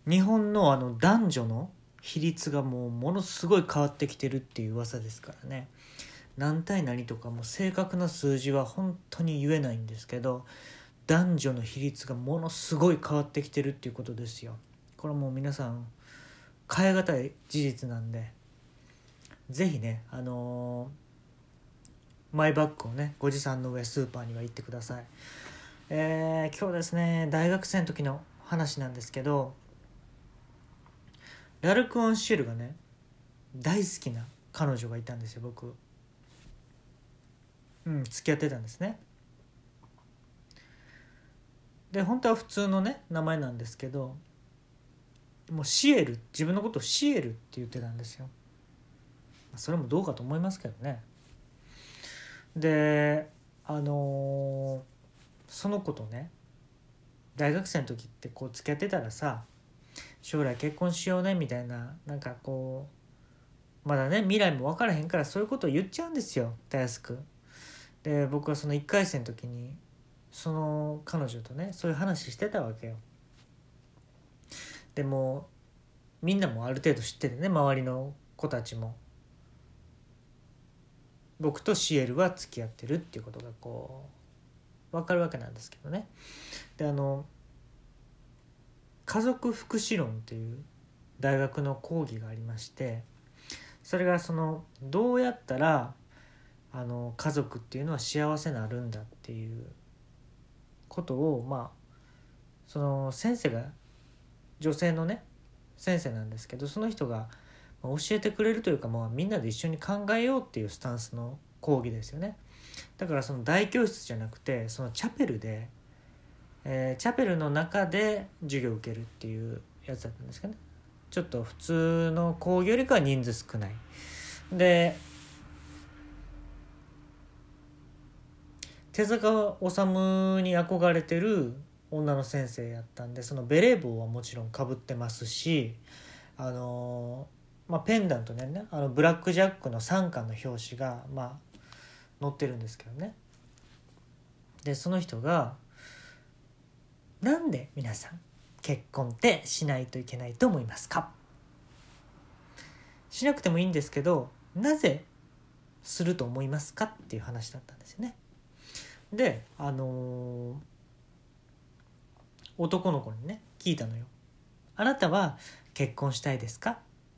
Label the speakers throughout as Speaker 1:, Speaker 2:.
Speaker 1: 日本の男女の比率がものすごい変わってきてるっていう噂ですからね。何対何とかも正確な数字は本当に言えないんですけど、男女の比率がものすごい変わってきてるっていうことですよ。これはもう皆さん変え難い事実なんで、ぜひねマイバッグをねご持参の上スーパーには行ってください。今日ですね、大学生の時の話なんですけど、ラルク・オンシェルがね大好きな彼女がいたんですよ。僕付き合ってたんですね。で本当は普通のね名前なんですけど、もうシエル、自分のことをシエルって言ってたんですよ。それもどうかと思いますけどね。でその子とね大学生の時ってこう付き合ってたらさ、将来結婚しようねみたいな、なんかこうまだね未来も分からへんからそういうことを言っちゃうんですよ、たやすく。で僕はその1回生の時にその彼女とねそういう話してたわけよ。でもみんなもある程度知っててね、周りの子たちも僕とシエルは付き合ってるっていうことがこう分かるわけなんですけどね。で家族福祉論っていう大学の講義がありまして、それがそのどうやったら家族っていうのは幸せになるんだっていうことを、その先生が女性のね先生なんですけど、その人が教えてくれるというか、みんなで一緒に考えようっていうスタンスの講義ですよね。だからその大教室じゃなくてそのチャペルで、チャペルの中で授業を受けるっていうやつだったんですけどね。ちょっと普通の講義よりかは人数少ないで、手坂治虫に憧れてる女の先生やったんで、そのベレー帽はもちろんかぶってますし、ペンダントね、ブラックジャックの3巻の表紙が載ってるんですけどね。でその人がなんで皆さん結婚ってしないといけないと思いますか。しなくてもいいんですけどなぜすると思いますかっていう話だったんですよね。で男の子にね聞いたのよ。あなたは結婚したいですか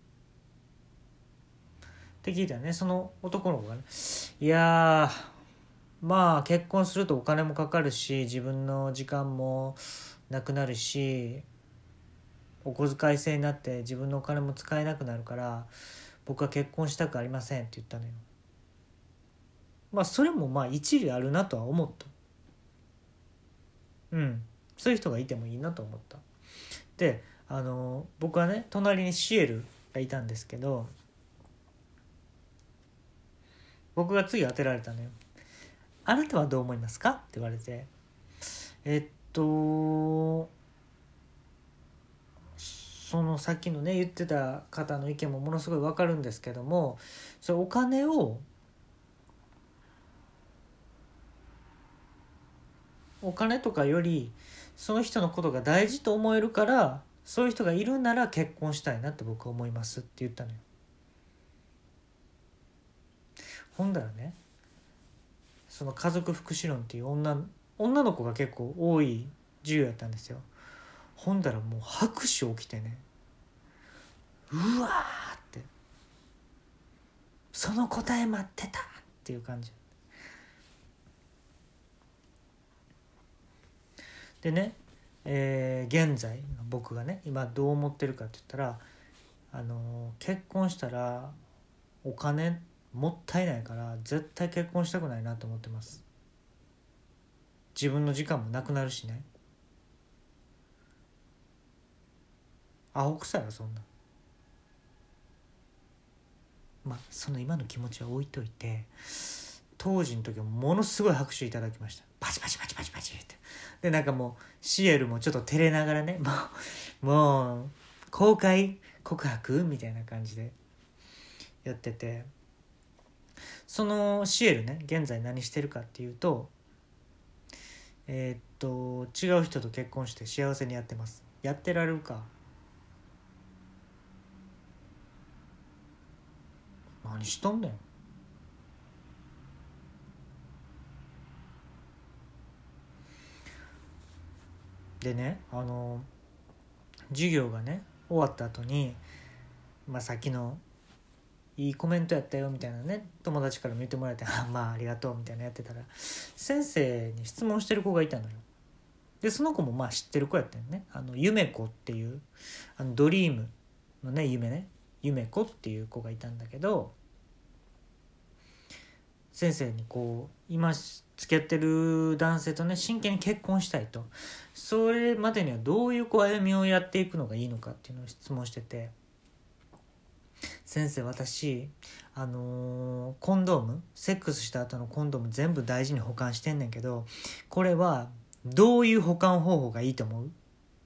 Speaker 1: って聞いたらね、その男の子がね、いや結婚するとお金もかかるし自分の時間もなくなるしお小遣い制になって自分のお金も使えなくなるから僕は結婚したくありませんって言ったのよ。それも一理あるなとは思った。そういう人がいてもいいなと思った。で僕はね隣にシエルがいたんですけど、僕が次当てられたのよ。あなたはどう思いますかって言われて、そのさっきのね言ってた方の意見もものすごい分かるんですけども、それお金とかよりその人のことが大事と思えるから、そういう人がいるなら結婚したいなって僕は思いますって言ったのよ。ほんだらね、その家族福祉論っていう女の子が結構多い授業やったんですよ。ほんだらもう拍手起きてね、うわーって、その答え待ってたっていう感じでね、現在僕がね今どう思ってるかって言ったら、結婚したらお金もったいないから絶対結婚したくないなと思ってます。自分の時間もなくなるしね。アホくさいよそんな。その今の気持ちは置いといて、当時の時はものすごい拍手いただきました。パチパチパチパチパチって。でなんかもうシエルもちょっと照れながらね、もう公開告白みたいな感じでやってて、そのシエルね現在何してるかっていうと、違う人と結婚して幸せにやってます。やってられるか。 何しとんねん。でね、授業がね終わった後に、さっきのいいコメントやったよみたいなね、友達からも言ってもらえてまあありがとうみたいなやってたら、先生に質問してる子がいたのよ。でその子も知ってる子やったよね。夢子っていうドリームのね夢子っていう子がいたんだけど、先生に今付き合ってる男性とね真剣に結婚したいと、それまでにはどういう歩みをやっていくのがいいのかっていうのを質問してて、先生私コンドーム、セックスした後のコンドーム全部大事に保管してんねんけど、これはどういう保管方法がいいと思う？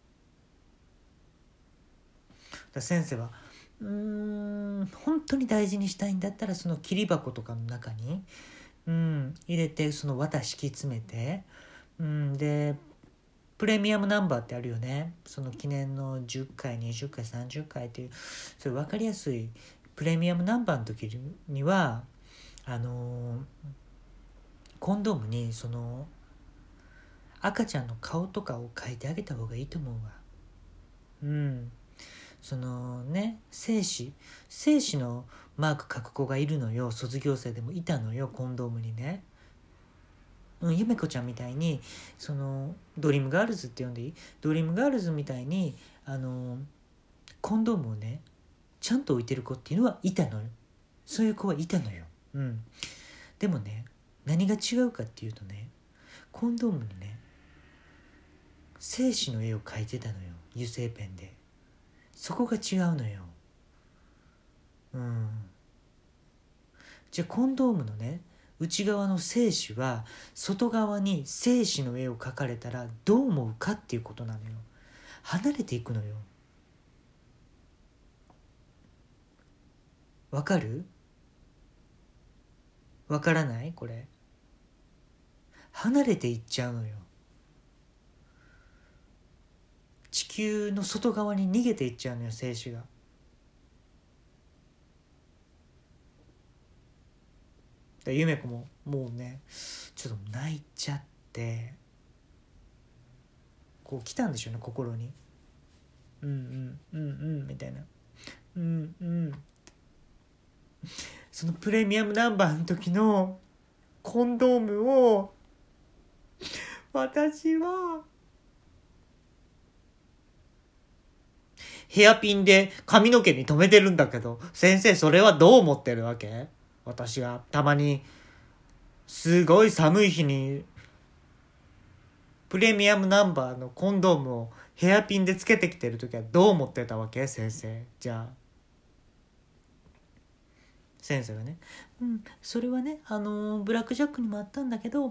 Speaker 1: だ先生は本当に大事にしたいんだったらその切り箱とかの中に入れて、その綿敷き詰めて、でプレミアムナンバーってあるよね。その記念の10回20回30回っていう、それ分かりやすいプレミアムナンバーの時にはコンドームにその赤ちゃんの顔とかを描いてあげた方がいいと思うわ。そのね精子のマーク書く子がいるのよ。卒業生でもいたのよ、コンドームにね。ゆめこちゃんみたいにそのドリームガールズって呼んでいい？ドリームガールズみたいにコンドームをねちゃんと置いてる子っていうのはいたのよ。そういう子はいたのよ。でもね、何が違うかっていうとね、コンドームにね精子の絵を描いてたのよ、油性ペンで。そこが違うのよ。じゃあコンドームのね内側の精子は外側に精子の絵を描かれたらどう思うかっていうことなのよ。離れていくのよ。わかる？わからない？これ離れていっちゃうのよ。地球の外側に逃げていっちゃうのよ、精子が。ゆめ子ももうねちょっと泣いちゃって、来たんでしょうね、心に。みたいな。そのプレミアムナンバーの時のコンドームを私はヘアピンで髪の毛に留めてるんだけど、先生それはどう思ってるわけ？私がたまにすごい寒い日にプレミアムナンバーのコンドームをヘアピンでつけてきてる時はどう思ってたわけ？先生。じゃあ先生がね、それはねブラックジャックにもあったんだけど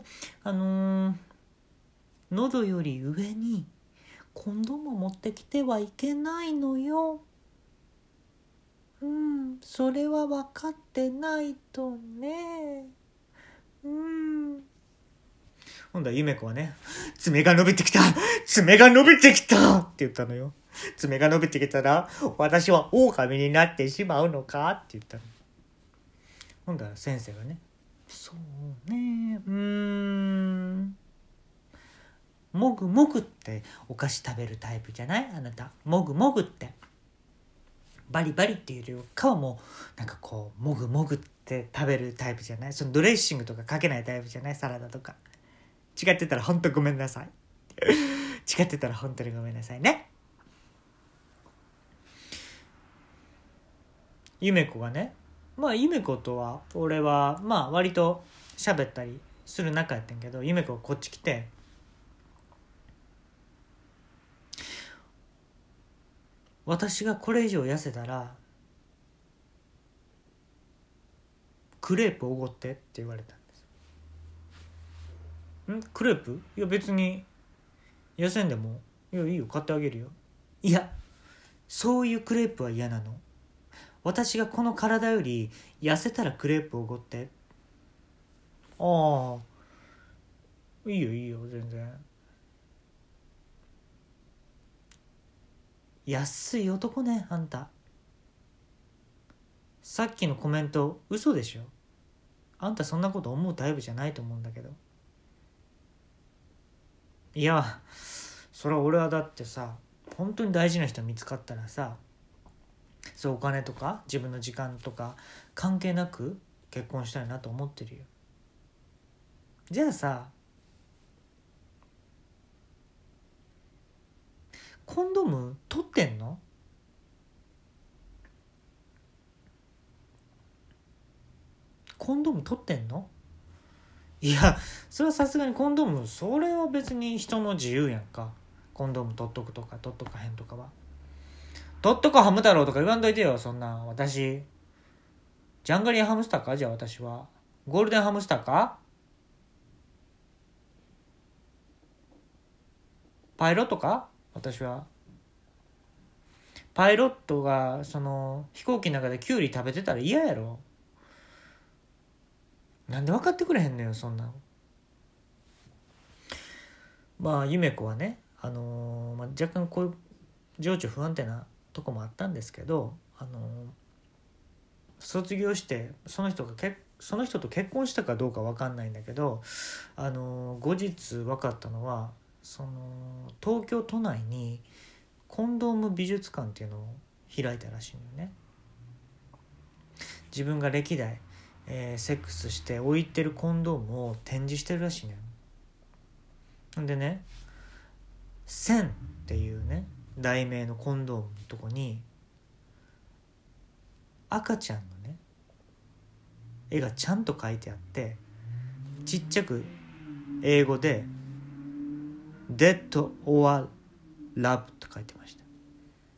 Speaker 1: 喉より上にコンドームを持ってきてはいけないのよ。それは分かってないとね。ほんだらゆめ子はね、爪が伸びてきたって言ったのよ。爪が伸びてきたら私は狼になってしまうのかって言ったの。ほんだら先生がね、そうね、もぐもぐってお菓子食べるタイプじゃない？あなたもぐもぐってバリバリっていうよりかはもうもぐもぐって食べるタイプじゃない？そのドレッシングとかかけないタイプじゃない？サラダとか。違ってたら本当ごめんなさい。違ってたら本当にごめんなさいね。ゆめ子がね、ゆめ子とは俺は割と喋ったりする仲やったんけど、ゆめ子がこっち来て、私がこれ以上痩せたらクレープおごってって言われたんです。クレープ？いや別に痩せんでもいいよ、買ってあげるよ。いやそういうクレープは嫌なの。私がこの体より痩せたらクレープおごって。ああいいよ全然。安い男ねあんた。 さっきのコメント嘘でしょ。あんたそんなこと思うタイプじゃないと思うんだけど。いや、それは俺はだってさ、本当に大事な人見つかったらさ、そうお金とか自分の時間とか関係なく結婚したいなと思ってるよ。じゃあさ、コンドーム取ってんの？コンドーム取ってんの？いや、それはさすがにコンドーム、それは別に人の自由やんか。コンドーム取っとくとか取っとかへんとかは。取っとかハム太郎とか言わんといてよ、そんな。私ジャンガリアンハムスターか？じゃあ私はゴールデンハムスターか？パイロットか？私はパイロットがその飛行機の中でキュウリ食べてたら嫌やろ。なんで分かってくれへんのよ、そんなの。まあ夢子はね、若干こういう情緒不安定なとこもあったんですけど、卒業してその人と結婚したかどうか分かんないんだけど、後日分かったのは、その東京都内にコンドーム美術館っていうのを開いたらしいのよね。自分が歴代、セックスして置いてるコンドームを展示してるらしいのよ。でね、1000っていうね題名のコンドームのとこに赤ちゃんのね絵がちゃんと描いてあって、ちっちゃく英語で Dead or Love と書いてました。